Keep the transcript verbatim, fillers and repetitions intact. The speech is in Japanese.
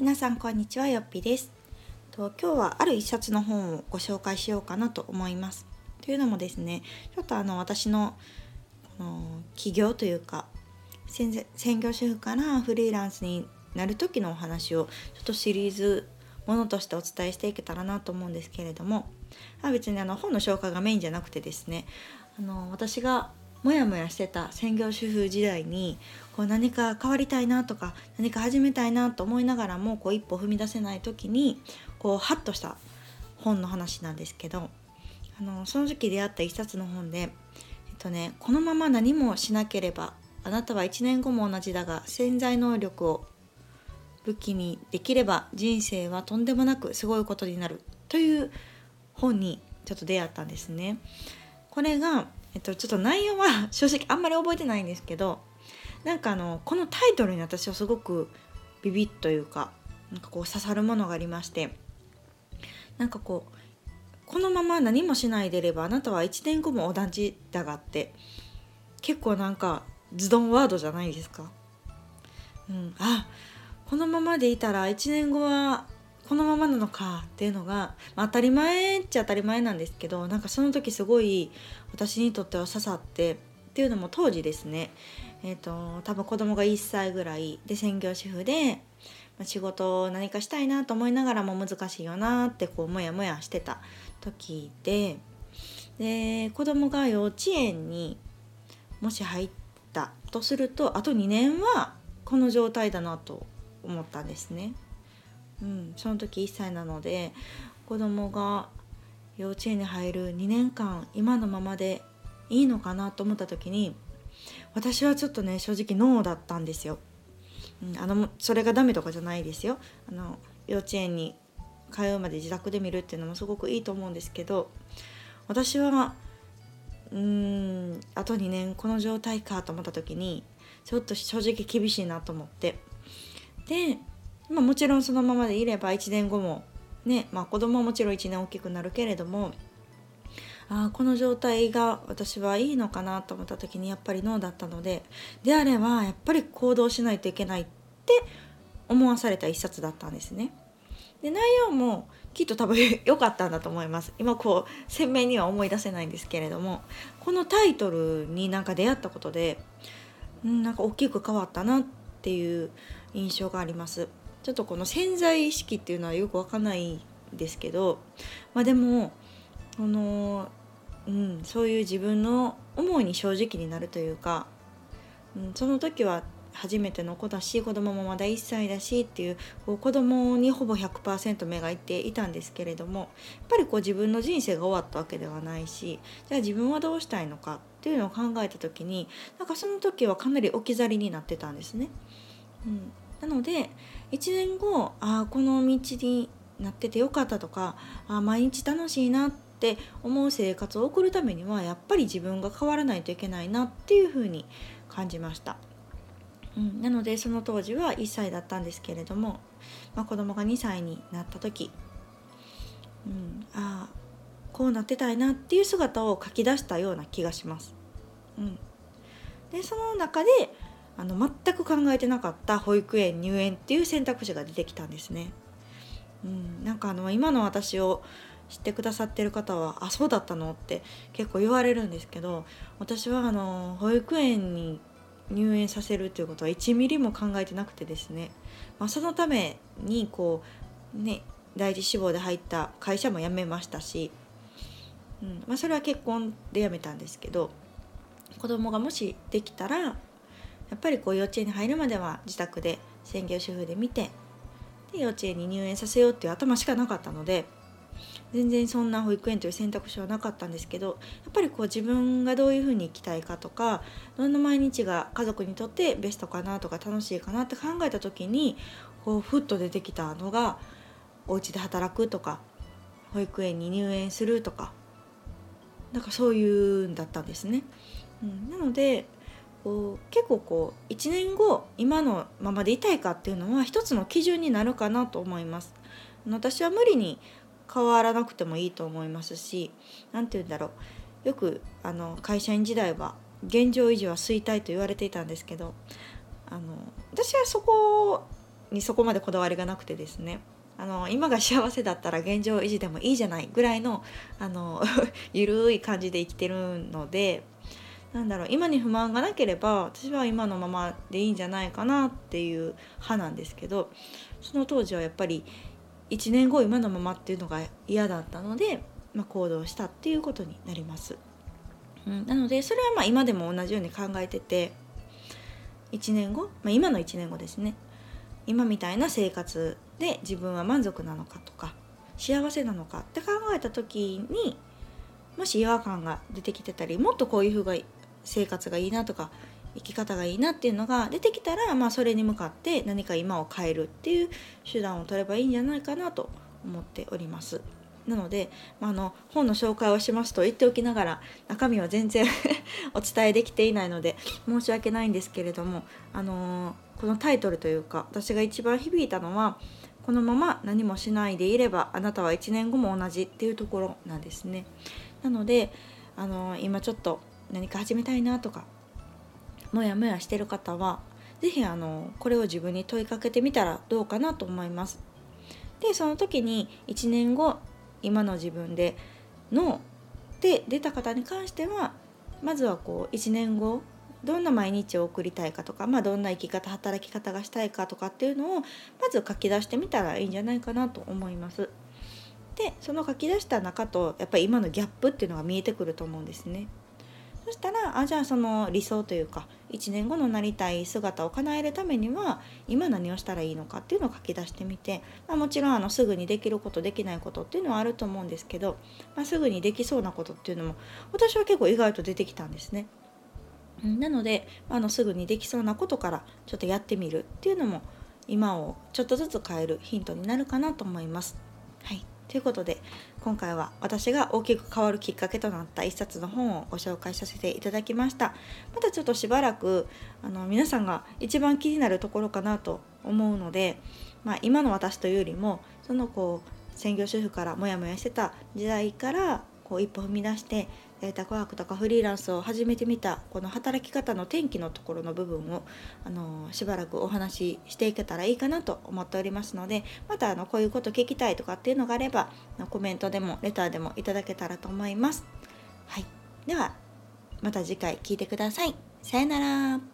皆さんこんにちは、よっぴです。と今日はある一冊の本をご紹介しようかなと思います。というのもですね、ちょっとあの私のこの起業というか専専業主婦からフリーランスになる時のお話をちょっとシリーズものとしてお伝えしていけたらなと思うんですけれども、別にあの本の紹介がメインじゃなくてですね、あの私がもやもやしてた専業主婦時代にこう何か変わりたいなとか何か始めたいなと思いながらもこう一歩踏み出せない時にこうハッとした本の話なんですけど、あのその時出会った一冊の本で、えっとね、このまま何もしなければあなたはいちねんごも同じだが、潜在能力を武器にできれば人生はとんでもなくすごいことになるという本にちょっと出会ったんですね。これがえっと、ちょっと内容は正直あんまり覚えてないんですけど、なんかあのこのタイトルに私はすごくビビッというか、なんかこう刺さるものがありまして、なんかこうこのまま何もしないでいればあなたはいちねんごも同じだがって結構なんかズドンワードじゃないですか。うん、あこのままでいたらいちねんごはこのままなのかっていうのが、まあ、当たり前っちゃ当たり前なんですけど、なんかその時すごい私にとっては刺さって、っていうのも当時ですね、えーと、多分子供がいっさいぐらいで専業主婦で、まあ、仕事を何かしたいなと思いながらも難しいよなってこうモヤモヤしてた時で、で子供が幼稚園にもし入ったとするとあとにねんはこの状態だなと思ったんですね。うん、その時いっさいなので、子供が幼稚園に入るにねんかん今のままでいいのかなと思った時に、私はちょっとね正直ノーだったんですよ。うん、あのそれがダメとかじゃないですよ。あの幼稚園に通うまで自宅で見るっていうのもすごくいいと思うんですけど、私はうーんあとにねんこの状態かと思った時にちょっと正直厳しいなと思って、でまあ、もちろんそのままでいればいちねんごもね、まあ、子供はもちろんいちねん大きくなるけれども、あこの状態が私はいいのかなと思った時にやっぱりノーだったので、であればやっぱり行動しないといけないって思わされた一冊だったんですね。で内容もきっと多分良かったんだと思います。今こう鮮明には思い出せないんですけれども、このタイトルになんか出会ったことで、うん、なんか大きく変わったなっていう印象があります。ちょっとこの潜在意識っていうのはよくわかんないんですけど、まあでもこの、うん、そういう自分の思いに正直になるというか、うん、その時は初めての子だし子供もまだいっさいだしっていう、こう子供にほぼ ひゃくパーセント 目がいっていたんですけれども、やっぱりこう自分の人生が終わったわけではないし、じゃあ自分はどうしたいのかっていうのを考えた時に、なんかその時はかなり置き去りになってたんですね。うん、なのでいちねんご、あこの道になっててよかったとか、あ毎日楽しいなって思う生活を送るためにはやっぱり自分が変わらないといけないなっていうふうに感じました。うん、なのでその当時はいっさいだったんですけれども、まあ、子供がにさいになった時、うん、あこうなってたいなっていう姿を書き出したような気がします。うん、でその中であの全く考えてなかった保育園入園っていう選択肢が出てきたんですね。うん、なんかあの今の私を知ってくださってる方はあそうだったのって結構言われるんですけど、私はあの保育園に入園させるということはいちミリも考えてなくてですね、まあ、そのためにこうね第一志望で入った会社も辞めましたし、うんまあ、それは結婚で辞めたんですけど、子供がもしできたらやっぱりこう幼稚園に入るまでは自宅で専業主婦で見て、で幼稚園に入園させようっていう頭しかなかったので、全然そんな保育園という選択肢はなかったんですけど、やっぱりこう自分がどういうふうに生きたいかとか、どんな毎日が家族にとってベストかなとか楽しいかなって考えた時にこうふっと出てきたのが、お家で働くとか保育園に入園するとか、なんかそういうんだったんですね。うん、なのでこう結構こういちねんご今のままでいたいかっていうのは一つの基準になるかなと思います。私は無理に変わらなくてもいいと思いますし、なんて言うんだろう、よくあの会社員時代は現状維持は衰退と言われていたんですけど、あの私はそこにそこまでこだわりがなくてですね、あの今が幸せだったら現状維持でもいいじゃないぐらいの、あのゆるい感じで生きてるので、なんだろう、今に不満がなければ私は今のままでいいんじゃないかなっていう派なんですけど、その当時はやっぱりいちねんご今のままっていうのが嫌だったので、まあ、行動したっていうことになります。うん、なのでそれはまあ今でも同じように考えてて、いちねんご、まあ、今のいちねんごですね、今みたいな生活で自分は満足なのかとか幸せなのかって考えた時に、もし違和感が出てきてたり、もっとこういう風が生活がいいなとか生き方がいいなっていうのが出てきたら、まあ、それに向かって何か今を変えるっていう手段を取ればいいんじゃないかなと思っております。なので、まあ、あの本の紹介をしますと言っておきながら中身は全然お伝えできていないので申し訳ないんですけれども、あのー、このタイトルというか私が一番響いたのは、このまま何もしないでいればあなたはいちねんごも同じっていうところなんですね。なので、あのー、今ちょっと何か始めたいなとかもやもやしてる方はぜひあのこれを自分に問いかけてみたらどうかなと思います。でその時にいちねんご今の自分でノーで出た方に関しては、まずはこういちねんごどんな毎日を送りたいかとか、まあ、どんな生き方働き方がしたいかとかっていうのをまず書き出してみたらいいんじゃないかなと思います。でその書き出した中とやっぱり今のギャップっていうのが見えてくると思うんですね。そしたらあじゃあその理想というかいちねんごのなりたい姿を叶えるためには今何をしたらいいのかっていうのを書き出してみて、まあ、もちろんあのすぐにできることできないことっていうのはあると思うんですけど、まあ、すぐにできそうなことっていうのも私は結構意外と出てきたんですね。なのであのすぐにできそうなことからちょっとやってみるっていうのも今をちょっとずつ変えるヒントになるかなと思います。はい、ということで今回は私が大きく変わるきっかけとなった一冊の本をご紹介させていただきました。またちょっとしばらくあの皆さんが一番気になるところかなと思うので、まあ、今の私というよりもそのこう専業主婦からモヤモヤしてた時代からこう一歩踏み出して在宅ワークとかフリーランスを始めてみたこの働き方の転機のところの部分をあのしばらくお話ししていけたらいいかなと思っておりますので、またあのこういうこと聞きたいとかっていうのがあればコメントでもレターでもいただけたらと思います。はい、ではまた次回聞いてください。さよなら。